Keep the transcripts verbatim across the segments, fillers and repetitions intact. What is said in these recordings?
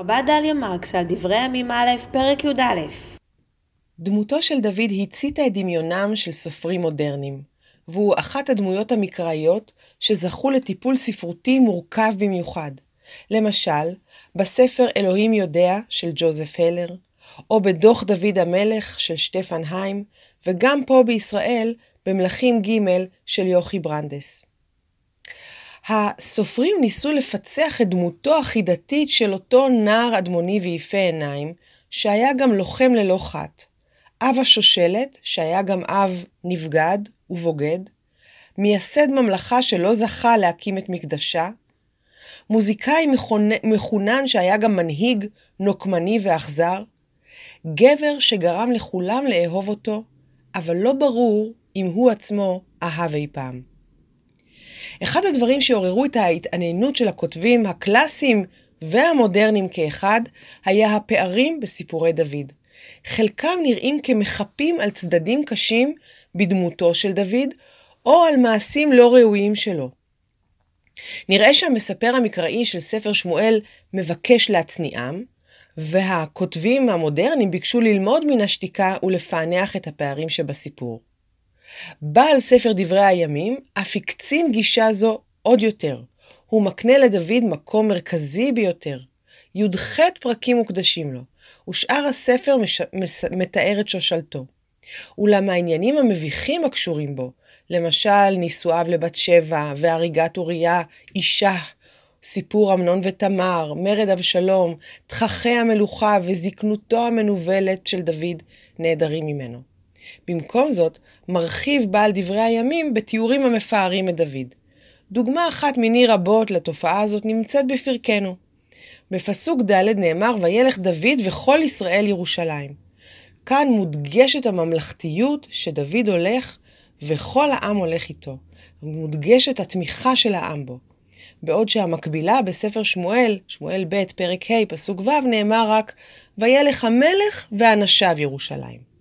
רבה דליה מרקס על דברי הימים א', פרק י"א. דמותו של דוד הציתה את דמיונם של סופרים מודרניים, והוא אחת הדמויות המקראיות שזכו לטיפול ספרותי מורכב במיוחד. למשל, בספר אלוהים יודע של ג'וזף הלר, או בדוח דוד המלך של שטפן היים, וגם פה בישראל במלכים ג' של יוכי ברנדס. הסופרים ניסו לפצח את דמותו החידתית של אותו נער אדמוני ויפה עיניים, שהיה גם לוחם ללא חת. אב השושלת, שהיה גם אב נבגד ובוגד, מייסד ממלכה שלא זכה להקים את מקדשה, מוזיקאי מחונן שהיה גם מנהיג נוקמני ואכזר, גבר שגרם לכולם לאהוב אותו, אבל לא ברור אם הוא עצמו אהב אי פעם. אחד הדברים שעוררו את ההתעניינות של הכותבים הקלאסיים והמודרניים כאחד, היה הפערים בסיפורי דוד. חלקם נראים כמחפים על צדדים קשים בדמותו של דוד, או על מעשים לא ראויים שלו. נראה שהמספר המקראי של ספר שמואל מבקש להצניעם, והכותבים המודרניים ביקשו ללמוד מן השתיקה ולפענח את הפערים שבסיפור. בעל ספר דברי הימים אף הקצין גישה זו עוד יותר. הוא מקנה לדוד מקום מרכזי ביותר. י"ח פרקים מוקדשים לו, ושאר הספר מש... מס... מתאר את שושלתו. אולם העניינים המביכים הקשורים בו, למשל נישואיו לבת שבע והריגת אוריה, אישה, סיפור אמנון ותמר, מרד אבשלום, תככי המלוכה וזקנותו המנוולת של דוד, נעדרים ממנו. במקום זאת, מרחיב בעל דברי הימים בתיאורים המפארים את דוד. דוגמה אחת מיני רבות לתופעה הזאת נמצאת בפרקנו. בפסוק ד' נאמר, וילך דוד וכל ישראל ירושלים. כאן מודגשת הממלכתיות שדוד הולך וכל העם הולך איתו. מודגשת התמיכה של העם בו. בעוד שהמקבילה בספר שמואל, שמואל ב' פרק ה' פסוק ו' נאמר רק, וילך המלך ואנשיו ירושלים.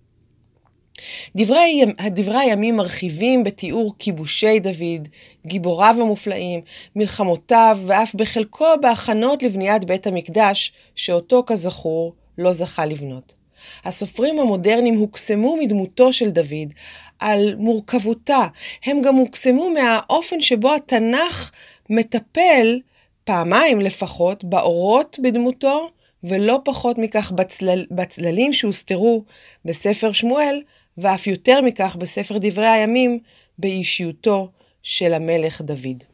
דברי, דברי הימים מרחיבים בתיאור כיבושי דוד, גיבוריו המופלאים, מלחמותיו ואף בחלקו בהכנות לבניית בית המקדש, שאותו כזכור לא זכה לבנות. הסופרים המודרניים הוקסמו מדמותו של דוד על מורכבותה, הם גם הוקסמו מהאופן שבו התנ"ך מטפל פעמיים לפחות באורות בדמותו, ולא פחות מכך בצלל, בצללים שהוסתרו בספר שמואל, ואף יותר מכך בספר דברי הימים באישיותו של המלך דוד.